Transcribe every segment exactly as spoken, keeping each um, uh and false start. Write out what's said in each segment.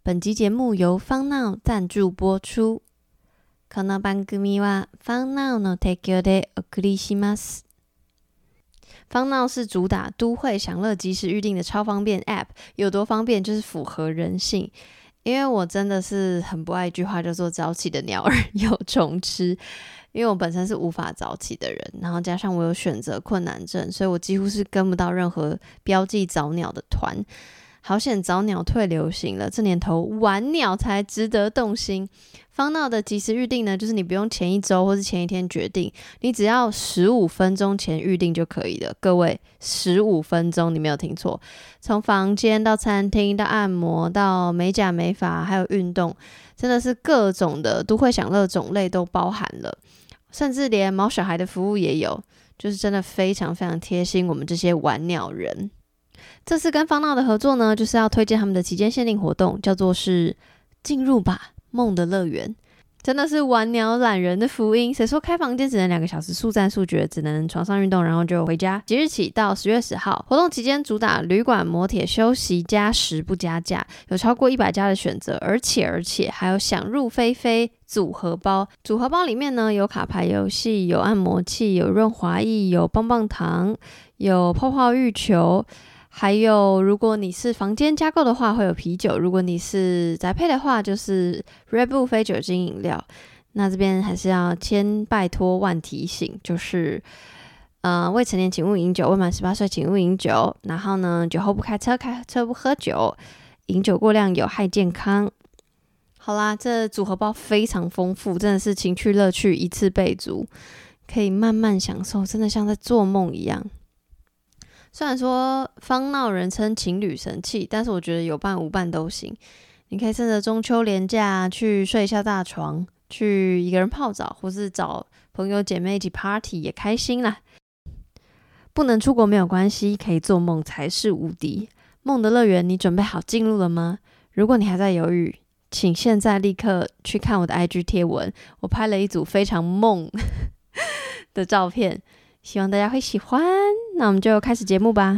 本集节目由方闹赞助播出。この番組は方闹の提供でお送りします。方闹是主打都会享乐即时预订的超方便 App， 有多方便就是符合人性。因为我真的是很不爱一句话叫做早起的鸟儿有虫吃，因为我本身是无法早起的人，然后加上我有选择困难症，所以我几乎是跟不到任何标记早鸟的团。好险早鸟退流行了，这年头晚鸟才值得动心。方闹的即时预订呢，就是你不用前一周或是前一天决定，你只要十五分钟前预订就可以了。各位，十五分钟，你没有听错，从房间到餐厅到按摩到美甲美发还有运动，真的是各种的都会享乐种类都包含了，甚至连毛小孩的服务也有，就是真的非常非常贴心我们这些晚鸟人。这次跟方闹的合作呢，就是要推荐他们的期间限定活动，叫做是进入吧梦的乐园。真的是晚鸟懒人的福音，谁说开房间只能两个小时速战速决，只能床上运动然后就回家。即日起到十月十号，活动期间主打旅馆摩铁休息加时不加价，有超过一百家的选择，而且而且还有想入非非组合包。组合包里面呢，有卡牌游戏，有按摩器，有润滑液，有棒棒糖，有泡泡浴球，还有如果你是房间加购的话会有啤酒，如果你是宅配的话就是 Red Bull 非酒精饮料。那这边还是要千拜托万提醒，就是呃未成年请勿饮酒，未满十八岁请勿饮酒，然后呢酒后不开车，开车不喝酒，饮酒过量有害健康。好啦，这组合包非常丰富，真的是情趣乐趣一次备足，可以慢慢享受，真的像在做梦一样。虽然说方闹人称情侣神器，但是我觉得有伴无伴都行。你可以趁着中秋连假去睡一下大床，去一个人泡澡，或是找朋友姐妹一起 party 也开心啦。不能出国没有关系，可以做梦才是无敌。梦的乐园，你准备好进入了吗？如果你还在犹豫，请现在立刻去看我的 I G 贴文，我拍了一组非常梦的照片，希望大家会喜欢。那我们就开始节目吧。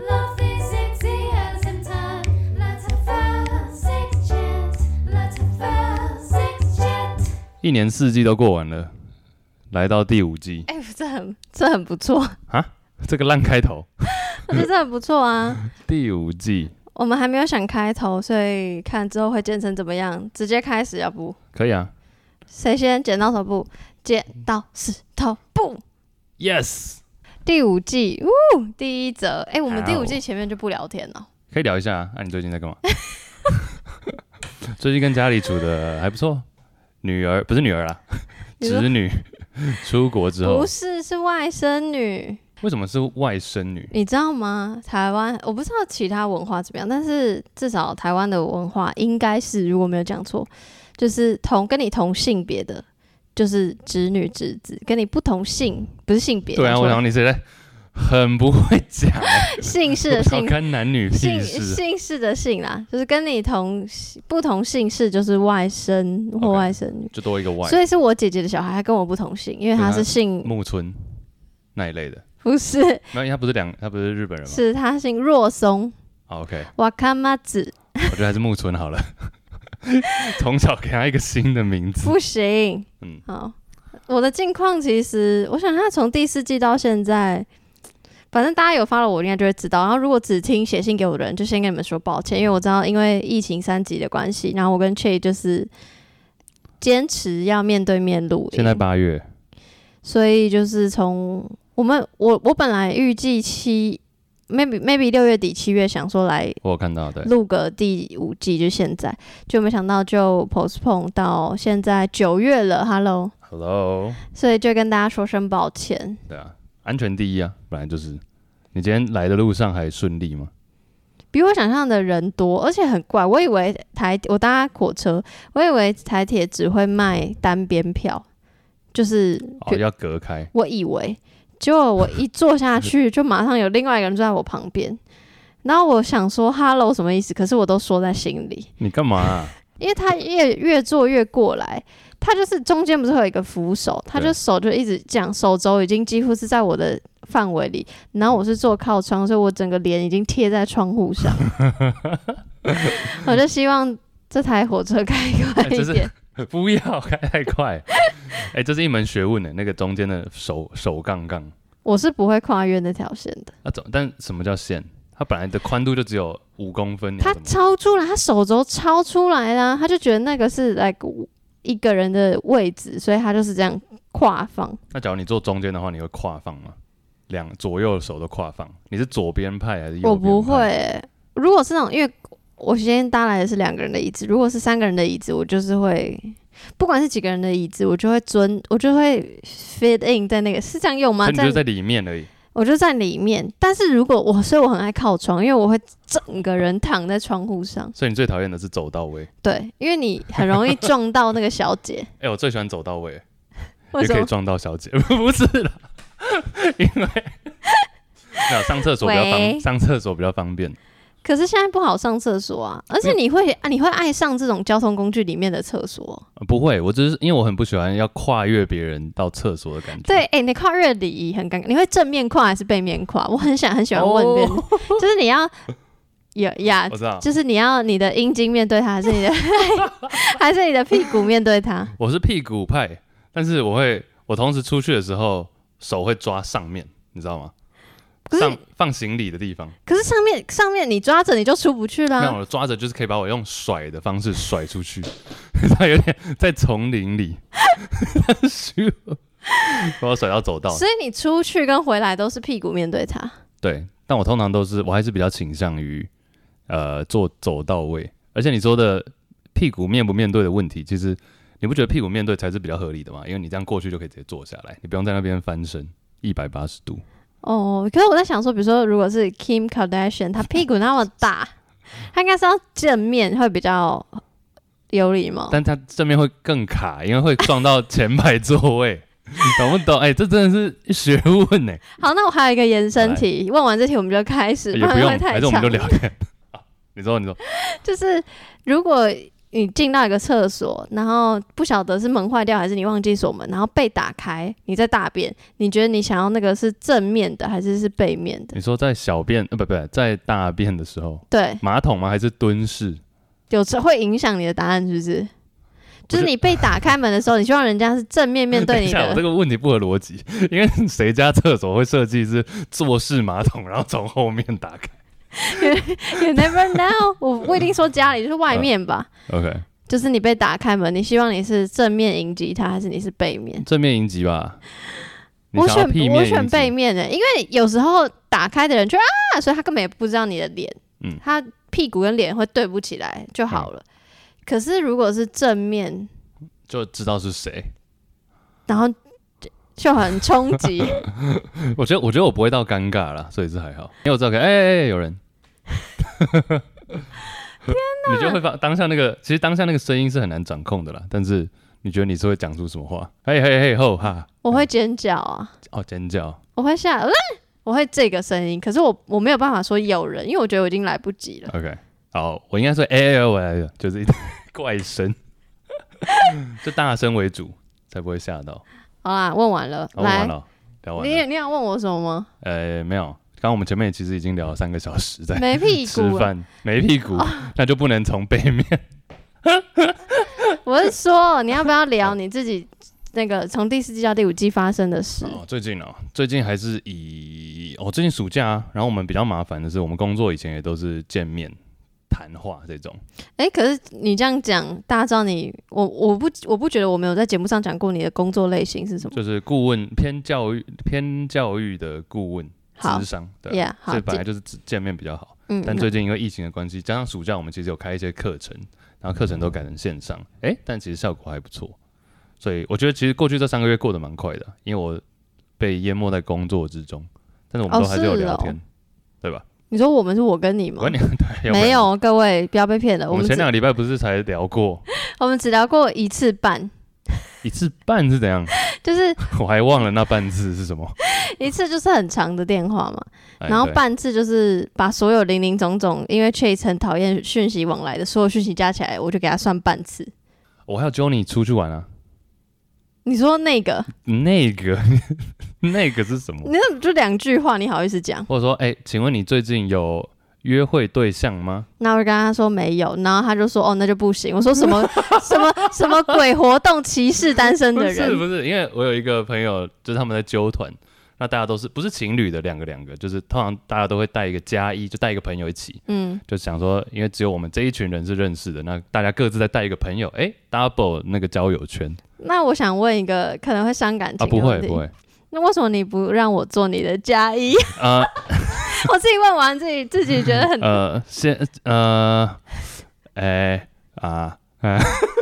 一年四季都过完了，来到第五季。 哎、欸，这很这很不错啊！这个烂开头， 我觉得这很不错啊。 第五季， 我们还没有想开头，所以看之后会剪成怎么样，直接开始要不？ 可以啊。 谁先？剪刀手布，剪刀石头布。 Yes。 第五季，呜，第一则，哎、欸，我们第五季前面就不聊天了， 可以聊一下啊。啊你最近在干嘛？最近跟家里处的还不错，女儿不是女儿啦，侄女出国之后， 不是，是外甥女。 为什么是外甥女？ 你知道吗？台湾我不知道其他文化怎么样，但是至少台湾的文化应该是，如果没有讲错，就是同跟你同性别的。就是侄女侄子，跟你不同性，不是性别。 对啊，我想你现在很不会讲姓氏的姓， 跟男女屁事。 姓氏的姓啦，就是跟你同不同姓氏，就是外甥或外甥女， okay, 就多一个外。 所以是我姐姐的小孩，他跟我不同姓，因为他是姓木村那一类的。 不是， 没有，他不是两，他不是日本人吗？ 是他姓若松。 Oh, OK。 瓦卡马子。 我觉得还是木村好了。从小给他一个新的名字不行。 嗯， 好，我的近况其实我想他从第四季到现在，反正大家有 follow 我应该就会知道，然后如果只听写信给我的人就先跟你们说抱歉，因为我知道因为疫情三级的关系，然后我跟 Che 就是坚持要面对面录音， 现在八月， 所以就是从我们我我本来预计七 maybe maybe 六月底七月想说来我有看到对录个第五季，就现在就没想到就 postpone 到现在九月了 ，Hello Hello， 所以就跟大家说声抱歉。 对啊，安全第一啊，本来就是。你今天来的路上还顺利吗？ 比我想象的人多，而且很怪。我以为台我搭火车，我以为台铁只会卖单边票，就是哦要隔开。我以为。结果我一坐下去，就马上有另外一个人坐在我旁边，然后我想说 “hello” 什么意思？可是我都说在心里。 你干嘛啊？ 因为他越越坐越过来，他就是中间不是会有一个扶手，他就手就一直这样，手肘已经几乎是在我的范围里，然后我是坐靠窗，所以我整个脸已经贴在窗户上。我就希望这台火车开快一点。 欸、不要开太快。哎、欸，这是一门学问呢，那个中间的手手杠杠。 我是不会跨越那条线的。 那、啊、但什么叫线？它本来的宽度就只有五公分。 它超出来，它手肘超出来啦，他就觉得那个是 like 一个人的位置，所以他就是这样跨放。 那假如你坐中间的话，你会跨放吗？两左右手都跨放？你是左边派还是右边派？ 我不会、欸。如果是那种，因为我今天搭来的是两个人的椅子，如果是三个人的椅子，我就是会，不管是几个人的椅子，我就会尊，我就会 fit in 在那个，是这样用吗？ 你就在里面而已。 我就在里面，但是如果我，所以我很爱靠窗，因为我会整个人躺在窗户上。 所以你最讨厌的是走到位？ 对，因为你很容易撞到那个小姐。 哎、欸，我最喜欢走到位， 为什么？ 也可以撞到小姐，不是啦，因为没有上厕所比较方，上厕所比较方便。 可是现在不好上厕所啊，而且你会啊，你会爱上这种交通工具里面的厕所？ 呃、不会，我只是因为我很不喜欢要跨越别人到厕所的感觉。 对，哎、欸，你跨越礼仪很尴尬，你会正面跨还是背面跨？我很想很喜欢问别人，哦、就是你要有呀， 我知道， 就是你要你的阴茎面对他，还是你的还是你的屁股面对他？ 我是屁股派，但是我会，我同时出去的时候手会抓上面，你知道吗？上放行李的地方， 可是上面上面你抓着你就出不去啦。 没有，我抓着就是可以把我用甩的方式甩出去，它有点在丛林里，把我甩到走道。 所以你出去跟回来都是屁股面对它。 对，但我通常都是，我还是比较倾向于呃做走到位。而且你说的屁股面不面对的问题，其实你不觉得屁股面对才是比较合理的吗？因为你这样过去就可以直接坐下来，你不用在那边翻身一百八十度。 哦，可是我在想说，比如说，如果是 Kim Kardashian， 她屁股那么大，她应该是要正面会比较有礼貌， 但她正面会更卡，因为会撞到前排座位，懂不懂？哎、欸，这真的是学问呢。 好，那我还有一个延伸题，问完这题我们就开始， 也不用， 还是我们就聊天。你说，你说， 就是如果你进到一个厕所，然后不晓得是门坏掉还是你忘记锁门，然后被打开，你在大便，你觉得你想要那个是正面的还是是背面的？ 你说在小便呃不不在大便的时候， 对， 马桶吗？还是蹲式？ 有会影响你的答案是不是？就是你被打开门的时候，你希望人家是正面面对你的。 我这个问题不合逻辑，因为谁家厕所会设计是坐式马桶，然后从后面打开？ You never know 我不一定说家里，就是外面吧。 Uh, OK， 就是你被打开门，你希望你是正面迎击他，还是你是背面？ 正面迎击吧。 我选我选背面的，因为有时候打开的人就啊，所以他根本也不知道你的脸，嗯，他屁股跟脸会对不起来就好了。嗯、可是如果是正面， 就知道是谁， 然后就很冲击。 我觉得我觉得我不会到尴尬啦，所以是还好。因为我知道，哎哎哎，有人。天哪！你就会发当下那个，其实当下那个声音是很难掌控的啦。但是你觉得你是会讲出什么话？嘿嘿嘿吼哈！ 我会尖叫啊！ 哦，尖叫！ 我会吓，我会这个声音。可是我我没有办法说有人，因为我觉得我已经来不及了。 OK， 好，我应该说哎哎我来了，就是一怪声，就大声为主，才不会吓到。 好啦，问完了， 哦、 来， 问完了，聊完了。 你你想问我什么吗？ 呃，没有。刚刚我们前面其实已经聊了三个小时，在没屁股吃饭，没屁股，哦、那就不能从背面。 我是说，你要不要聊你自己那个从第四季到第五季发生的事？ 哦，最近哦，最近还是以哦，最近暑假、啊，然后我们比较麻烦的是，我们工作以前也都是见面谈话这种。 哎、欸，可是你这样讲，大家知道你，我我不我不觉得我没有在节目上讲过你的工作类型是什么？ 就是顾问偏教育偏教育的顾问。諮商对、啊 yeah, 所以本来就是见面比较好，嗯、但最近因为疫情的关系，加上暑假我们其实有开一些课程，然后课程都改成线上，哎、欸，但其实效果还不错，所以我觉得其实过去这三个月过得蛮快的，因为我被淹没在工作之中，但是我们都还是有聊天，哦哦、对吧？ 你说我们是我跟你吗？ 我跟你对， 没有，各位不要被骗了。 我们前两个礼拜不是才聊过？ 我们只聊过一次半。 一次半是怎样？ 就是我还忘了那半次是什么。 一次就是很长的电话嘛，然后半次就是把所有零零总总，因为 Chase 很讨厌讯息往来的所有讯息加起来，我就给他算半次。 我还要揪你出去玩啊！ 你说那个？ 那个？那个是什么？ 那就两句话，你好意思讲？ 或者说，哎、欸，请问你最近有约会对象吗？ 那我就跟他说没有，然后他就说哦那就不行。我说什么什么什么鬼活动歧视单身的人？ 不是不是，因为我有一个朋友，就是他们在揪团，那大家都是不是情侣的两个两个，就是通常大家都会带一个加一，就带一个朋友一起，嗯，就想说，因为只有我们这一群人是认识的，那大家各自再带一个朋友，哎、欸、，double 那个交友圈。 那我想问一个可能会伤感情的啊，不会问题， 不会。 那为什么你不让我做你的加一？呃，我自己问完自己自己觉得很呃，先呃，哎、欸、啊，啊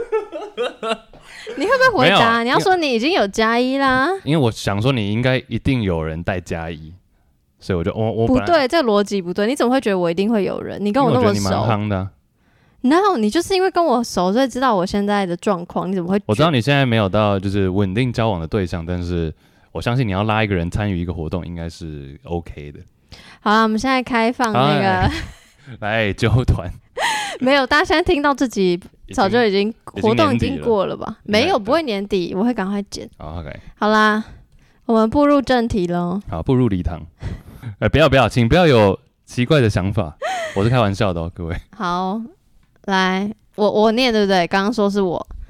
你会不会回答？你要说你已经有加一啦。 因为我想说你应该一定有人带加一，所以我就我我不对，这逻辑不对。你怎么会觉得我一定会有人？你跟我那么熟， 我觉得你蛮夯的、啊。 然后你就是因为跟我熟，所以知道我现在的状况。你怎么会？ 我知道你现在没有到就是稳定交往的对象，但是我相信你要拉一个人参与一个活动，应该是 OK 的。 好了，我们现在开放那个来揪团。 没有，大家现在听到自己早就已经活动已经过了吧？没有，不会年底，我会赶快剪。 好 ，OK。 好啦，我们步入正题喽。 好，步入礼堂。哎、欸，不要不要，请不要有奇怪的想法，我是开玩笑的哦，各位。 好，来，我我念对不对？刚刚说是我。